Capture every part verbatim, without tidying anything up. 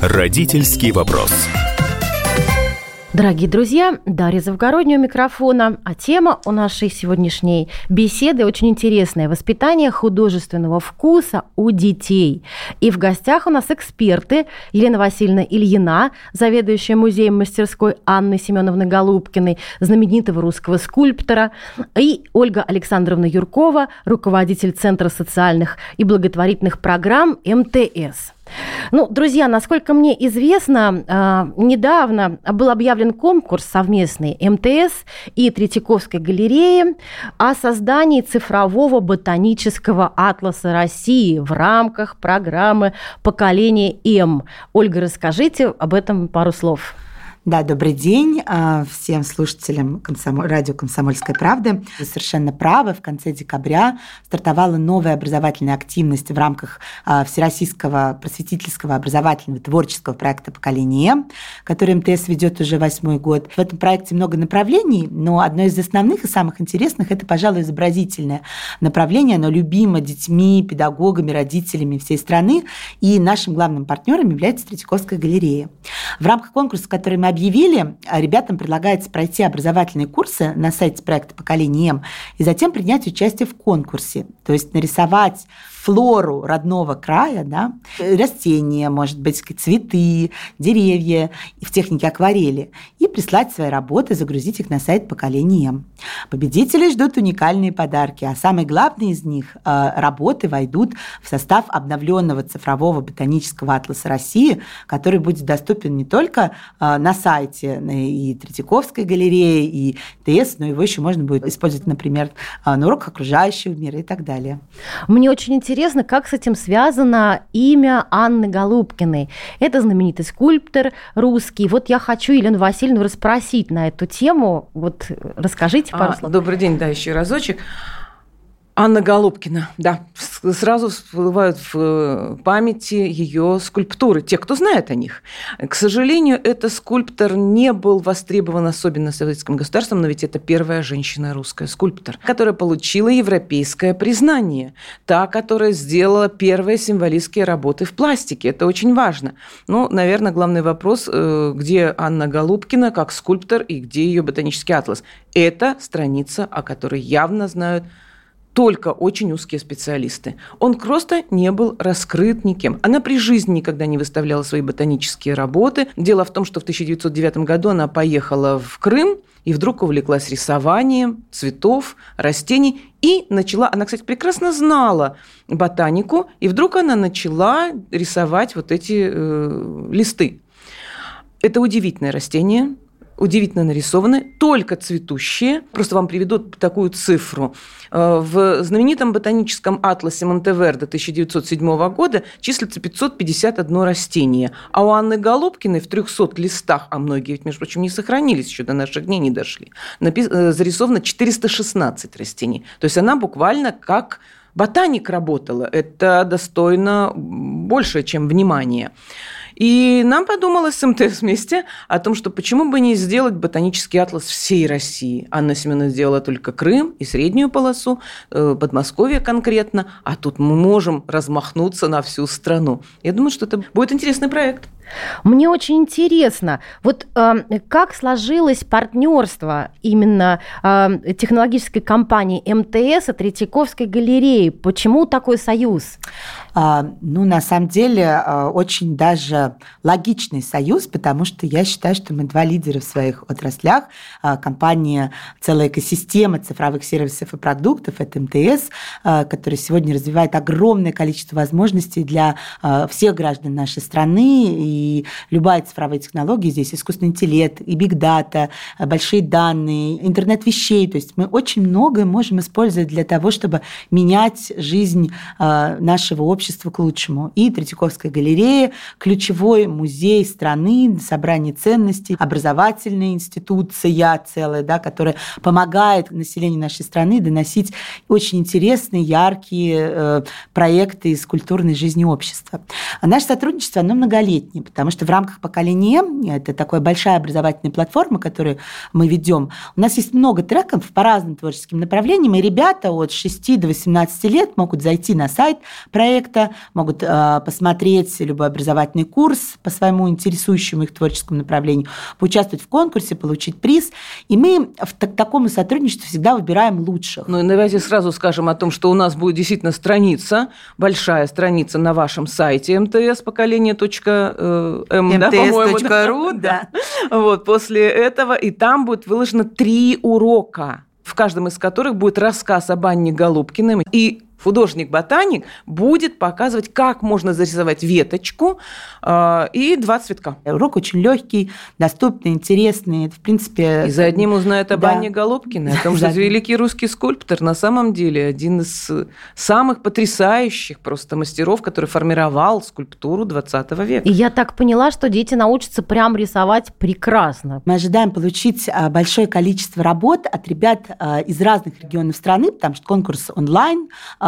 Родительский вопрос. Дорогие друзья, Дарья Завгородняя у микрофона, а тема у нашей сегодняшней беседы очень интересная – воспитание художественного вкуса у детей. И в гостях у нас эксперты Елена Васильевна Ильина, заведующая музеем-мастерской Анны Семеновны Голубкиной, знаменитого русского скульптора, и Ольга Александровна Юркова, руководитель Центра социальных и благотворительных программ эм тэ эс. Ну, друзья, насколько мне известно, недавно был объявлен конкурс совместный эм тэ эс и Третьяковской галереи о создании цифрового ботанического атласа России в рамках программы «Поколение М». Ольга, расскажите об этом пару слов. Да, добрый день всем слушателям комсомол... радио «Комсомольская правда». Вы совершенно правы. В конце декабря стартовала новая образовательная активность в рамках Всероссийского просветительского образовательного творческого проекта «Поколение М», который эм тэ эс ведет уже восьмой год. В этом проекте много направлений, но одно из основных и самых интересных – это, пожалуй, изобразительное направление. Оно любимо детьми, педагогами, родителями всей страны. И нашим главным партнером является Третьяковская галерея. В рамках конкурса, который мы объявили, ребятам предлагается пройти образовательные курсы на сайте проекта «Поколение М» и затем принять участие в конкурсе, то есть нарисовать флору родного края, да, растения, может быть, цветы, деревья в технике акварели и прислать свои работы, загрузить их на сайт «Поколение М». Победители ждут уникальные подарки, а самые главные из них – работы войдут в состав обновленного цифрового ботанического атласа России, который будет доступен не только на сайте и Третьяковской галереи, и тэ эс, но его еще можно будет использовать, например, на уроках окружающего мира и так далее. Мне очень интересно, Интересно, как с этим связано имя Анны Голубкиной. Это знаменитый скульптор русский. Вот я хочу Елену Васильевну расспросить на эту тему. Вот расскажите пару а, слов. Добрый день, да, еще разочек. Анна Голубкина, да, сразу всплывают в памяти ее скульптуры, те, кто знает о них. К сожалению, этот скульптор не был востребован особенно советским государством, но ведь это первая женщина-русская скульптор, которая получила европейское признание, та, которая сделала первые символистские работы в пластике. Это очень важно. Ну, наверное, главный вопрос, где Анна Голубкина как скульптор и где ее ботанический атлас. Это страница, о которой явно знают только очень узкие специалисты. Он просто не был раскрыт никем. Она при жизни никогда не выставляла свои ботанические работы. Дело в том, что в тысяча девятьсот девятом году она поехала в Крым и вдруг увлеклась рисованием цветов, растений и начала... Она, кстати, прекрасно знала ботанику, и вдруг она начала рисовать вот эти э, листы. Это удивительное растение, удивительно нарисованы, только цветущие. Просто вам приведу такую цифру. В знаменитом ботаническом атласе Монтеверде тысяча девятьсот седьмого года числится пятьсот пятьдесят одно растение, а у Анны Голубкиной в трехстах листах, а многие, между прочим, не сохранились, еще до наших дней не дошли, зарисовано четыреста шестнадцать растений. То есть она буквально как ботаник работала. Это достойно больше, чем внимания. И нам подумалось с эм тэ эс вместе о том, что почему бы не сделать ботанический атлас всей России. Анна Семеновна сделала только Крым и среднюю полосу, Подмосковье конкретно, а тут мы можем размахнуться на всю страну. Я думаю, что это будет интересный проект. Мне очень интересно, вот э, как сложилось партнерство именно э, технологической компании эм тэ эс и Третьяковской галереи? Почему такой союз? А, ну, на самом деле, очень даже логичный союз, потому что я считаю, что мы два лидера в своих отраслях. Компания, целая экосистема цифровых сервисов и продуктов – это эм тэ эс, который сегодня развивает огромное количество возможностей для всех граждан нашей страны. И любая цифровая технология здесь, искусственный интеллект, и биг-дата, большие данные, интернет вещей. То есть мы очень многое можем использовать для того, чтобы менять жизнь нашего общества к лучшему. И Третьяковская галерея – ключевой музей страны, собрание ценностей, образовательная институция целая, да, которая помогает населению нашей страны доносить очень интересные, яркие э, проекты из культурной жизни общества. А наше сотрудничество, оно многолетнее. поколений, потому что в рамках поколения М, это такая большая образовательная платформа, которую мы ведем, у нас есть много треков по разным творческим направлениям, и ребята от шести до восемнадцати лет могут зайти на сайт проекта, могут э, посмотреть любой образовательный курс по своему интересующему их творческому направлению, поучаствовать в конкурсе, получить приз. И мы в так- такому сотрудничестве всегда выбираем лучших. Ну и давайте сразу скажем о том, что у нас будет действительно страница, большая страница на вашем сайте эм тэ эс поколение точка эм, да, по-моему, точка ру, да. Вот, после этого, и там будет выложено три урока, в каждом из которых будет рассказ об Анне Голубкиной, и художник-ботаник будет показывать, как можно зарисовать веточку э, и два цветка. Урок очень легкий, доступный, интересный. Это, в принципе... И за одним узнает об да. Анне Голубкиной, о том, что это великий русский скульптор, на самом деле один из самых потрясающих просто мастеров, который формировал скульптуру двадцатого века. И я так поняла, что дети научатся прям рисовать прекрасно. Мы ожидаем получить большое количество работ от ребят из разных регионов страны, потому что конкурс онлайн,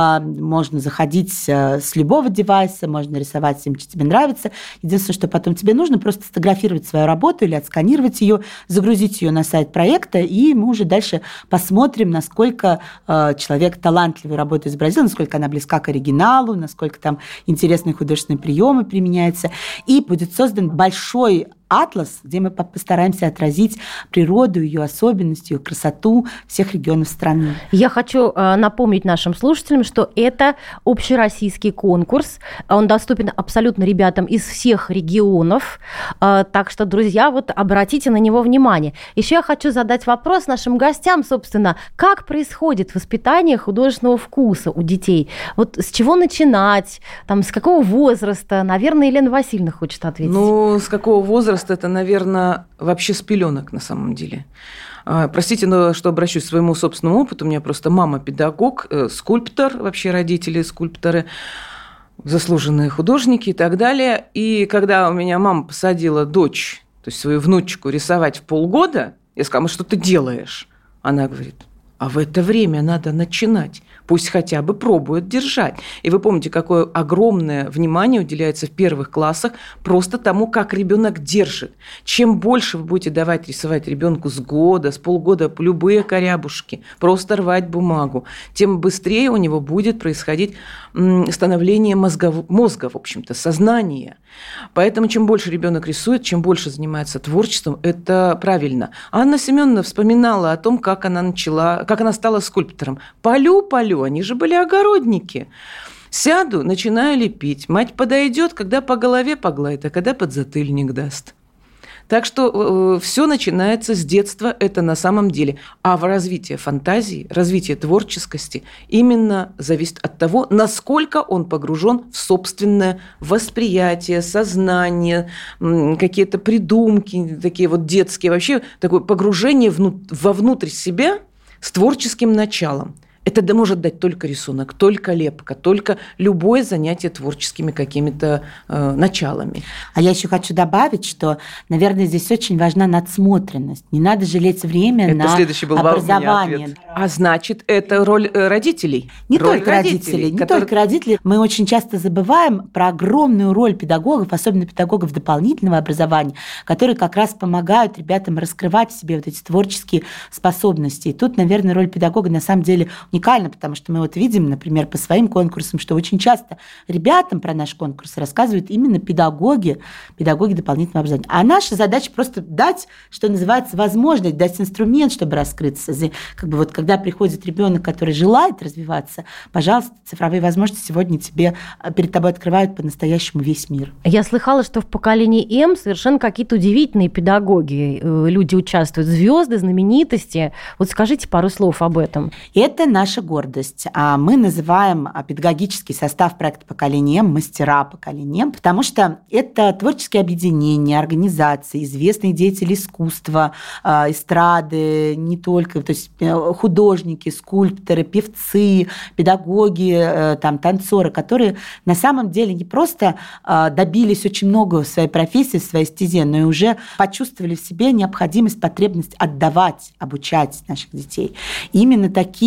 можно заходить с любого девайса, можно рисовать всем, что тебе нравится. Единственное, что потом тебе нужно, просто сфотографировать свою работу или отсканировать ее, загрузить ее на сайт проекта, и мы уже дальше посмотрим, насколько человек талантливую работу изобразил, насколько она близка к оригиналу, насколько там интересные художественные приемы применяются. И будет создан большой атлас, где мы постараемся отразить природу, ее особенности, ее красоту всех регионов страны. Я хочу напомнить нашим слушателям, что это общероссийский конкурс. Он доступен абсолютно ребятам из всех регионов. Так что, друзья, вот обратите на него внимание. Еще я хочу задать вопрос нашим гостям, собственно, как происходит воспитание художественного вкуса у детей? Вот с чего начинать? Там, с какого возраста? Наверное, Елена Васильевна хочет ответить. Ну, с какого возраста? Это, наверное, вообще с пеленок на самом деле. Простите, но что обращусь к своему собственному опыту. У меня просто мама педагог, скульптор, вообще родители скульпторы, заслуженные художники и так далее. И когда у меня мама посадила дочь, то есть свою внучку, рисовать в полгода, я сказала: что ты делаешь? Она говорит: а в это время надо начинать. Пусть хотя бы пробует держать. И вы помните, какое огромное внимание уделяется в первых классах просто тому, как ребенок держит. Чем больше вы будете давать рисовать ребенку с года, с полгода любые корябушки, просто рвать бумагу, тем быстрее у него будет происходить становление мозга, мозга, в общем-то, сознания. Поэтому чем больше ребенок рисует, чем больше занимается творчеством, это правильно. Анна Семеновна вспоминала о том, как она начала, как она стала скульптором. Полю, полю, они же были огородники. Сяду, начинаю лепить. Мать подойдет, когда по голове погладит, а когда подзатыльник даст. Так что э, все начинается с детства, это на самом деле. А в развитии фантазии, развитие творческосости именно зависит от того, насколько он погружен в собственное восприятие, сознание, какие-то придумки, такие вот детские, вообще такое погружение вну- вовнутрь себя с творческим началом. Это да может дать только рисунок, только лепка, только любое занятие творческими какими-то э, началами. А я еще хочу добавить, что, наверное, здесь очень важна надсмотренность. Не надо жалеть время это на следующий был образование. А значит, это роль родителей? Не роль только родителей, родителей не которые... только родителей. Мы очень часто забываем про огромную роль педагогов, особенно педагогов дополнительного образования, которые как раз помогают ребятам раскрывать в себе вот эти творческие способности. И тут, наверное, роль педагога на самом деле уникальна, потому что мы вот видим, например, по своим конкурсам, что очень часто ребятам про наш конкурс рассказывают именно педагоги, педагоги дополнительного образования. А наша задача просто дать, что называется, возможность, дать инструмент, чтобы раскрыться. Как бы вот когда приходит ребенок, который желает развиваться, пожалуйста, цифровые возможности сегодня тебе, перед тобой открывают по-настоящему весь мир. Я слыхала, что в поколении М совершенно какие-то удивительные педагоги. Люди участвуют, звезды, знаменитости. Вот скажите пару слов об этом. Это наша гордость. Мы называем педагогический состав проекта «Поколение М» мастера поколения М, потому что это творческие объединения, организации, известные деятели искусства, эстрады, не только, то есть художники, скульпторы, певцы, педагоги, там, танцоры, которые на самом деле не просто добились очень много в своей профессии, в своей стезе, но и уже почувствовали в себе необходимость, потребность отдавать, обучать наших детей. И именно такие вот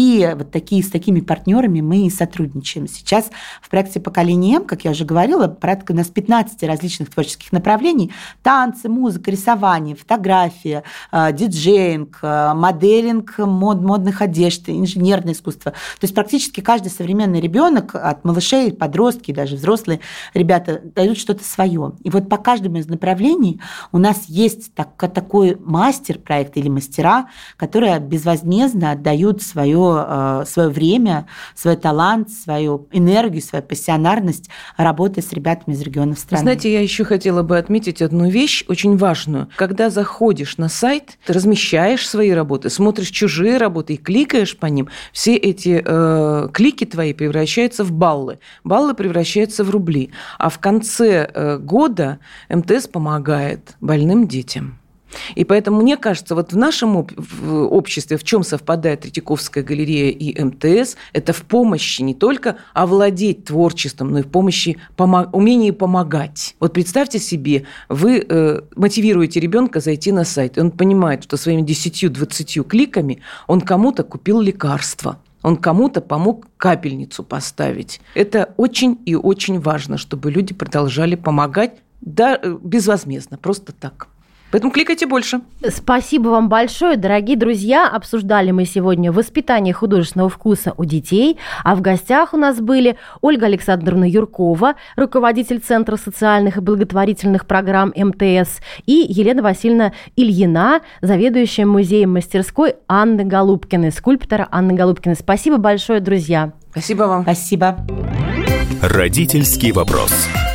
вот такие, с такими партнерами мы и сотрудничаем. Сейчас в проекте «Поколение М», как я уже говорила, порядка у нас пятнадцать различных творческих направлений: танцы, музыка, рисование, фотография, диджеинг, моделинг мод, модных одежд, инженерное искусство. То есть практически каждый современный ребенок, от малышей, подростки, даже взрослые ребята, дают что-то свое. И вот по каждому из направлений у нас есть так, такой мастер проекта или мастера, которые безвозмездно отдают свое, свое время, свой талант, свою энергию, свою пассионарность, работая с ребятами из регионов страны. Знаете, я еще хотела бы отметить одну вещь очень важную. Когда заходишь на сайт, ты размещаешь свои работы, смотришь чужие работы и кликаешь по ним, все эти э, клики твои превращаются в баллы. Баллы превращаются в рубли. А в конце э, года эм тэ эс помогает больным детям. И поэтому, мне кажется, вот в нашем об- в обществе, в чем совпадает Третьяковская галерея и эм тэ эс, это в помощи не только овладеть творчеством, но и в помощи, помо- умении помогать. Вот представьте себе, вы э, мотивируете ребенка зайти на сайт, и он понимает, что своими десятью-двадцатью кликами он кому-то купил лекарство. Он кому-то помог капельницу поставить. Это очень и очень важно, чтобы люди продолжали помогать, да, безвозмездно, просто так. Поэтому кликайте больше. Спасибо вам большое, дорогие друзья. Обсуждали мы сегодня воспитание художественного вкуса у детей. А в гостях у нас были Ольга Александровна Юркова, руководитель Центра социальных и благотворительных программ эм тэ эс, и Елена Васильевна Ильина, заведующая музеем-мастерской Анны Голубкиной, скульптора Анны Голубкиной. Спасибо большое, друзья. Спасибо вам. Спасибо. Родительский вопрос.